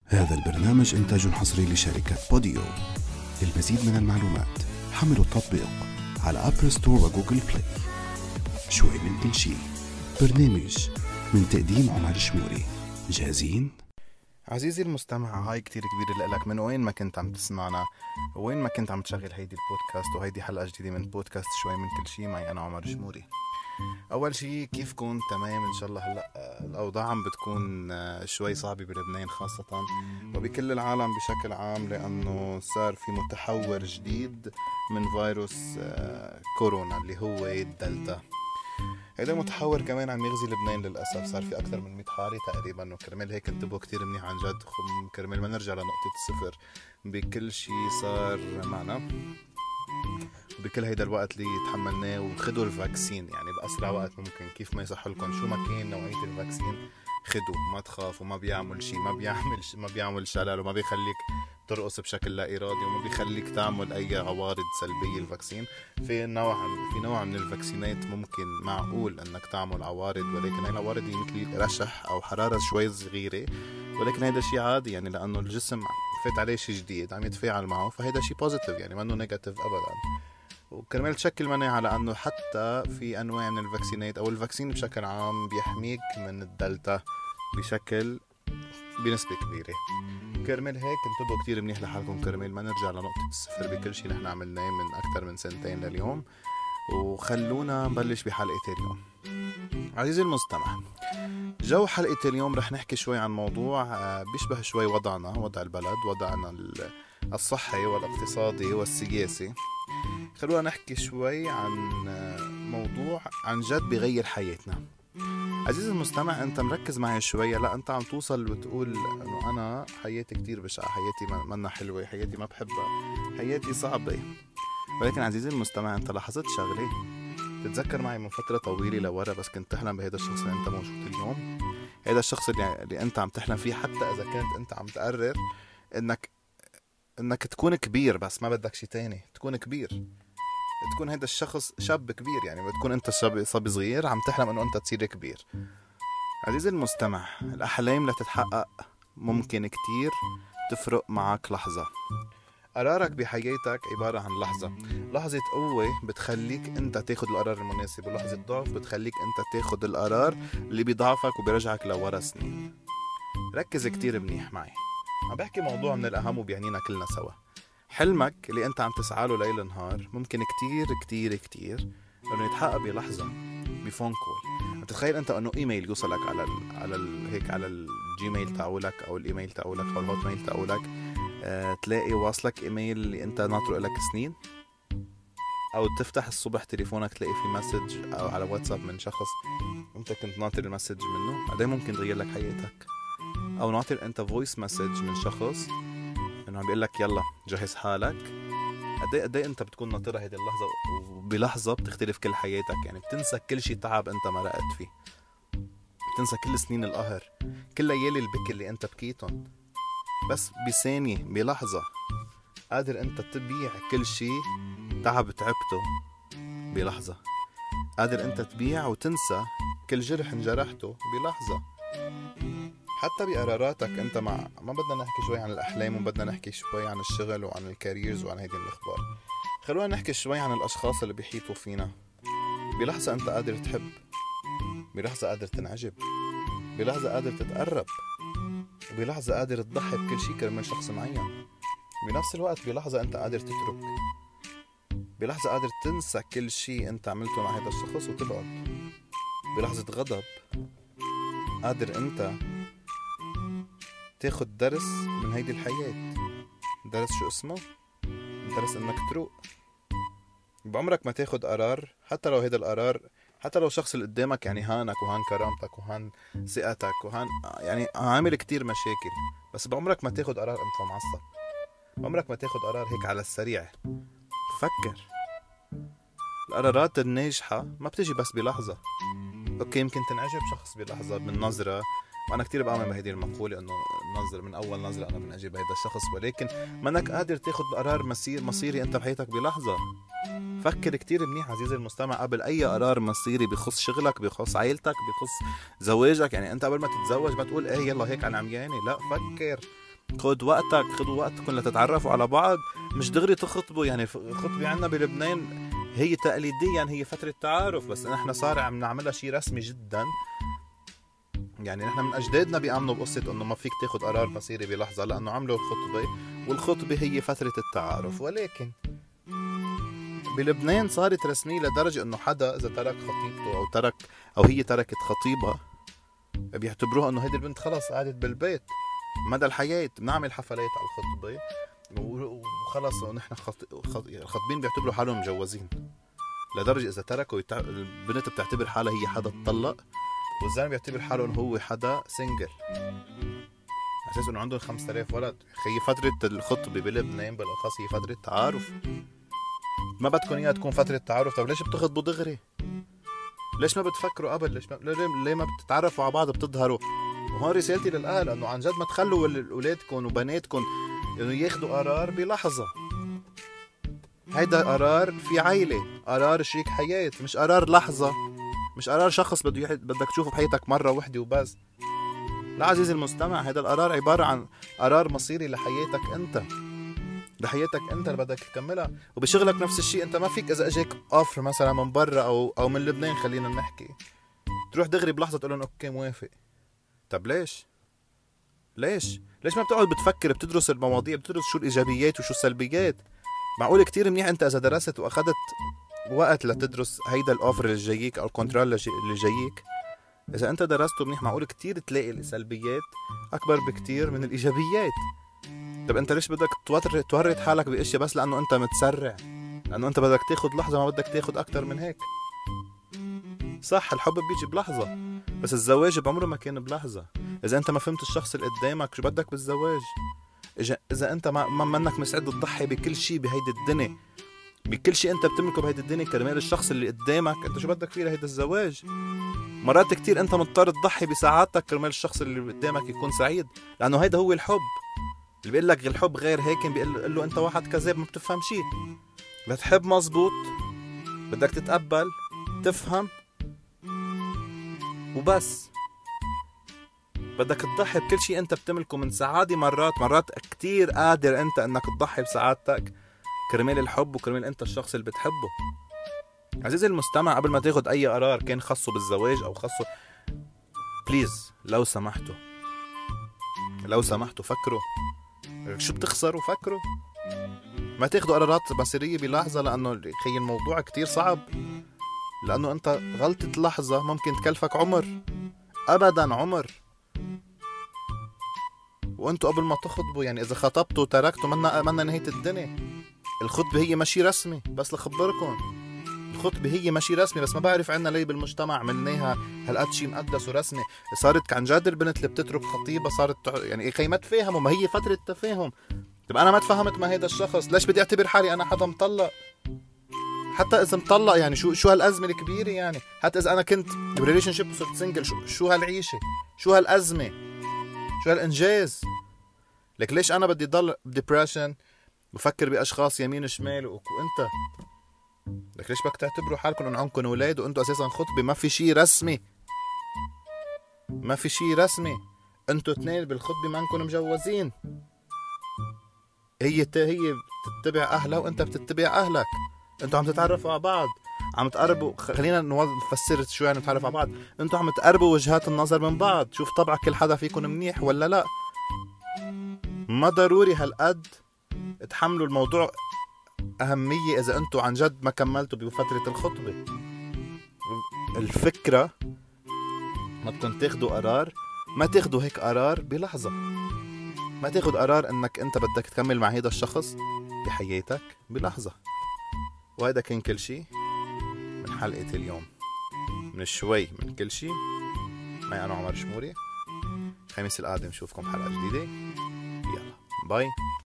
هذا البرنامج إنتاج حصري لشركة بوديو. للمزيد من المعلومات حملوا التطبيق على أبل ستور وجوجل بلاي. شوي من كل شي، برنامج من تقديم عمر شموري. جاهزين؟ عزيزي المستمع، هاي كتير كبيرة لك من وين ما كنت عم تسمعنا، وين ما كنت عم تشغل هيدي البودكاست، وهيدي حلقة جديدة من بودكاست شوي من كل شي معي أنا عمر شموري. أول شي كيفكن؟ تمام إن شاء الله. هلأ الأوضاع عم بتكون شوي صعبة بلبنان خاصة، وبكل العالم بشكل عام، لأنه صار في متحور جديد من فيروس كورونا اللي هو الدلتا. هيدا المتحور كمان عم يغزي لبنان للأسف، صار في أكثر من 100 حالة تقريبا، وكرمال هيك انتبهوا كتير منيح عن جد، كرمال ما نرجع لنقطة الصفر بكل شي صار معنا بكل هيدا الوقت اللي تحملناه. وخدوا الفاكسين يعني بأسرع وقت ممكن، كيف ما يصح لكم شو ما كان نوعية الفاكسين خدوا، ما تخافوا، ما بيعمل شي، ما بيعمل شلل، وما بيخليك ترقص بشكل لا إرادي، وما بيخليك تعمل أي عوارض سلبية. الفاكسين في نوع من الفاكسينات ممكن معقول أنك تعمل عوارض، ولكن هاي العوارض هي مثل رشح أو حرارة شوي صغيرة، ولكن هيدا شي عادي يعني، لأنه الجسم فات عليه شي جديد عم يتفاعل معه، فهيدا شي بوزيتيف يعني، ما أنه نيجاتيف أبدا. وكرمال تشكل مناعة، لأنه حتى في أنواع من الفاكسينات أو الفاكسين بشكل عام بيحميك من الدلتا بنسبة كبيرة. كرمال هيك انتبهوا كتير منيح لحالكم، كرمال ما نرجع لنقطة الصفر بكل شيء نحن عملناه من أكثر من 2 لليوم. وخلونا نبلش بحلقة اليوم. عزيزي المستمع، جو حلقة اليوم رح نحكي شوي عن موضوع بيشبه شوي وضع البلد، وضعنا الصحي والاقتصادي والسياسي. خلونا نحكي شوي عن موضوع عن جد بيغير حياتنا. عزيزي المستمع، انت مركز معي شوية؟ لا، انت عم توصل وتقول انه انا حياتي كتير بشعة، حياتي منا حلوة، حياتي ما بحبها، حياتي صعبة. ولكن عزيزي المستمع، انت لاحظت شغلة؟ تتذكر معي من فترة طويلة لورا بس كنت تحلم بهذا الشخص اللي انت موجود اليوم؟ هذا الشخص اللي انت عم تحلم فيه، حتى اذا كنت انت عم تقرر انك تكون كبير، بس ما بدك شي تاني، تكون كبير، تكون هذا الشخص شاب كبير يعني، بتكون انت صبي صغير عم تحلم انه انت تصير كبير. عزيزي المستمع، الاحلام لتتحقق ممكن كتير تفرق معك لحظة. قرارك بحياتك عبارة عن لحظة قوة بتخليك انت تاخد القرار المناسب، ولحظة ضعف بتخليك انت تاخد القرار اللي بيضعفك وبيرجعك لورا سنين. ركز كتير منيح معي، عم بحكي موضوع من الأهم وبيعنينا كلنا سوا. حلمك اللي انت عم تسعاله ليل نهار ممكن كتير كتير كتير انه يتحقق بلحظة، بفون كول. تتخيل انت انه ايميل يوصلك هيك على الجيميل تاعولك او الايميل تاعولك او الهوت ميل تاعولك، تلاقي واصلك ايميل اللي انت ناطره لك سنين، او تفتح الصبح تليفونك تلاقي في مسج او على واتساب من شخص انت كنت ناطر المسج منه. هذا ممكن يغير لك حياتك. او ناطر انت فويس مسج من شخص انه عم بيقول لك يلا جهز حالك. قد ايه انت بتكون ناطرها هذه اللحظه، وبلحظه بتختلف كل حياتك يعني. بتنسى كل شيء تعب انت مرقت فيه، بتنسى كل سنين القهر، كل ليالي البكي اللي انت بكيتهم، بس بثانية بلحظة قادر انت تبيع كل شيء تعبته بلحظة. قادر انت تبيع وتنسى كل جرح انجرحته بلحظة. حتى بقراراتك انت ما بدنا نحكي شوي عن الأحلام، وبدنا نحكي شوي عن الشغل وعن الكاريرز وعن هيدي الأخبار. خلونا نحكي شوي عن الأشخاص اللي بيحيطوا فينا. بلحظة انت قادر تحب، بلحظة قادر تنعجب، بلحظة قادر تتقرب، بلحظة قادر تضحي بكل شيء كرمال شخص معين. بنفس الوقت بلحظة انت قادر تترك، بلحظة قادر تنسى كل شيء انت عملته مع هذا الشخص وتبعد. بلحظة غضب قادر انت تاخد درس من هيدي الحياة. درس شو اسمه؟ درس انك تروق. بعمرك ما تاخد قرار، حتى لو هيدا القرار، حتى لو الشخص اللي قدامك يعني هانك وهان كرامتك وهان ثقتك وهان يعني عامل كتير مشاكل، بس بعمرك ما تاخد قرار انت معصب. بعمرك ما تاخد قرار هيك على السريع. فكر. القرارات الناجحة ما بتجي بس بلحظة. اوكي، يمكن تنعجب شخص بلحظة من نظرة، وانا كتير بآمن بهذه المقولة انه النظر من اول نظرة انا بنعجب بهذا الشخص، ولكن منك قادر تاخد قرار مصيري انت بحياتك بلحظة. فكر كتير منيح عزيزي المستمع قبل اي قرار مصيري بخص شغلك، بخص عائلتك، بخص زواجك. يعني انت قبل ما تتزوج ما تقول ايه يلا هيك على عمياني، لا، فكر خدوا وقتكم لتتعرفوا على بعض، مش دغري تخطبوا. يعني خطبة عنا بلبنان هي تقليديا هي فترة تعارف، بس نحن صار عم نعملها شيء رسمي جدا. يعني نحن من أجدادنا بيأمنوا بقصة إنه ما فيك تاخد قرار مصيري بلحظة، لأنه عملوا الخطبة، والخطبة هي فترة التعارف. ولكن بلبنان صارت رسمية لدرجة إنه حدا إذا ترك خطيبته أو هي تركت خطيبها بيعتبروها إنه هيدي البنت خلص قعدت بالبيت مدى الحياة. بنعمل حفلات على الخطبة وخلص، ونحن الخطبين بيعتبروا حالهم مجوزين، لدرجة إذا تركوا البنت بتعتبر حالها هي حدا اتطلق، والزلمة بيعتبر حاله إنه هو حدا سنجل، أساس إنه عندهم 5000 ولد. هي فترة الخطبة بلبنان بالأخص هي فترة تعارف. ما بدكم إياها تكون فترة تعارف، طب ليش بتخطبوا دغري؟ ليش ما بتفكروا قبل؟ ليه ما بتتعرفوا على بعض بتظهروا؟ وهون رسالتي للأهل إنه عن جد ما تخلوا أولادكم وبناتكم إنه ياخدوا قرار بلحظة. هيدا قرار في عائلة، قرار شريك حياة، مش قرار لحظة، مش قرار شخص بدك تشوفه بحياتك مرة وحدة وبس. لا عزيزي المستمع، هيدا القرار عبارة عن قرار مصيري لحياتك أنت، لحياتك أنت اللي بدك تكملها. وبشغلك نفس الشيء، أنت ما فيك إذا أجاك أوفر مثلا من برا أو من لبنان خلينا نحكي، تروح دغري بلحظة تقول لهم أوكي موافق. طب ليش ما بتقعد بتفكر، بتدرس المواضيع، بتدرس شو الإيجابيات وشو السلبيات؟ معقول كتير منيح أنت إذا درست وأخذت وقت لتدرس هيدا الأوفر اللي جاييك أو الكونترال اللي جاييك، إذا أنت درسته منيح معقول كتير تلاقي السلبيات أكبر بكتير من الإيجابيات. طب أنت ليش بدك تورط حالك بأشياء بس لأنه أنت متسرع، لأنه أنت بدك تاخد لحظة، ما بدك تاخد أكتر من هيك؟ صح الحب بيجي بلحظة، بس الزواج بعمره ما كان بلحظة. إذا أنت ما فهمت الشخص اللي قدامك شو بدك بالزواج، إذا أنت ما منك مستعد تضحي بكل شيء بهيدي الدنيا، بكل شيء أنت بتملكه بهيدي الدنيا كرمال الشخص اللي قدامك، أنت شو بدك فيه لهيدا الزواج؟ مرات كتير أنت مضطر تضحي بساعاتك كرمال الشخص اللي قدامك يكون سعيد، لأنه هيدا هو الحب. اللي بيقول لك الحب غير هيك بيقول له أنت واحد كذاب ما بتفهم شيء. بتحب مزبوط، بدك تتقبل تفهم وبس. بدك تضحي بكل شيء أنت بتملكه من سعادة. مرات كتير قادر أنت أنك تضحي بسعادتك كرمال الحب وكرمال أنت الشخص اللي بتحبه. عزيزي المستمع، قبل ما تاخد أي قرار كان خاصه بالزواج أو خاصه، بليز لو سمحتوا فكروا شو بتخسروا. فكروا، ما تاخدوا قرارات مصيرية بلحظة، لأنه خي الموضوع كتير صعب، لأنه أنت غلطة لحظة ممكن تكلفك عمر، أبدا عمر. وأنتوا قبل ما تخطبوا، يعني إذا خطبتوا وتركتوا منا نهاية الدنيا. الخطبة هي ماشي رسمي، بس لخبركم الخطبة هي ماشي رسمي، بس ما بعرف عنا ليه بالمجتمع عملناها هالقد شي مقدس ورسمي. صارت عن جد البنت اللي بتترك خطيبة صارت يعني خي ما تفاهموا، ما هي فترة تفاهم. طب أنا ما تفهمت مع هيدا الشخص، ليش بدي أعتبر حالي أنا حدا مطلق؟ حتى إذا مطلق يعني شو هالأزمة الكبيرة؟ يعني حتى إذا أنا كنت بريليشن شيب وصرت سنجل، شو هالعيشة؟ شو هالأزمة؟ شو هالإنجاز؟ لك ليش أنا بدي ضل بديبريشن بفكر بأشخاص يمين شمال وأنت لك ليش بدك تعتبروا حالكم إن عندكم أولاد وأنتوا أساسا خطبة؟ ما في شيء رسمي، أنتوا اثنين بالخطبة ما انكم مجوزين. هي بتتبع أهلها وأنت بتتبع أهلك، أنتوا عم تتعرفوا على بعض، عم تقربوا. خلينا نفسر شو يعني نتعرف على بعض. أنتوا عم تقربوا وجهات النظر من بعض، شوف طبعك كل حدا فيكم منيح ولا لا. ما ضروري هالقد تحملوا الموضوع أهمية إذا أنتوا عن جد ما كملتوا بفترة الخطبة. الفكرة ما بدكم تاخدوا قرار، ما تاخدوا هيك قرار بلحظة، ما تاخد قرار انك انت بدك تكمل مع هيدا الشخص بحياتك بلحظة. وهذا كان كل شيء من حلقة اليوم، من شوي من كل شيء. معي أنا عمر شموري. الخميس القادم نشوفكم بحلقة جديدة. يلا باي.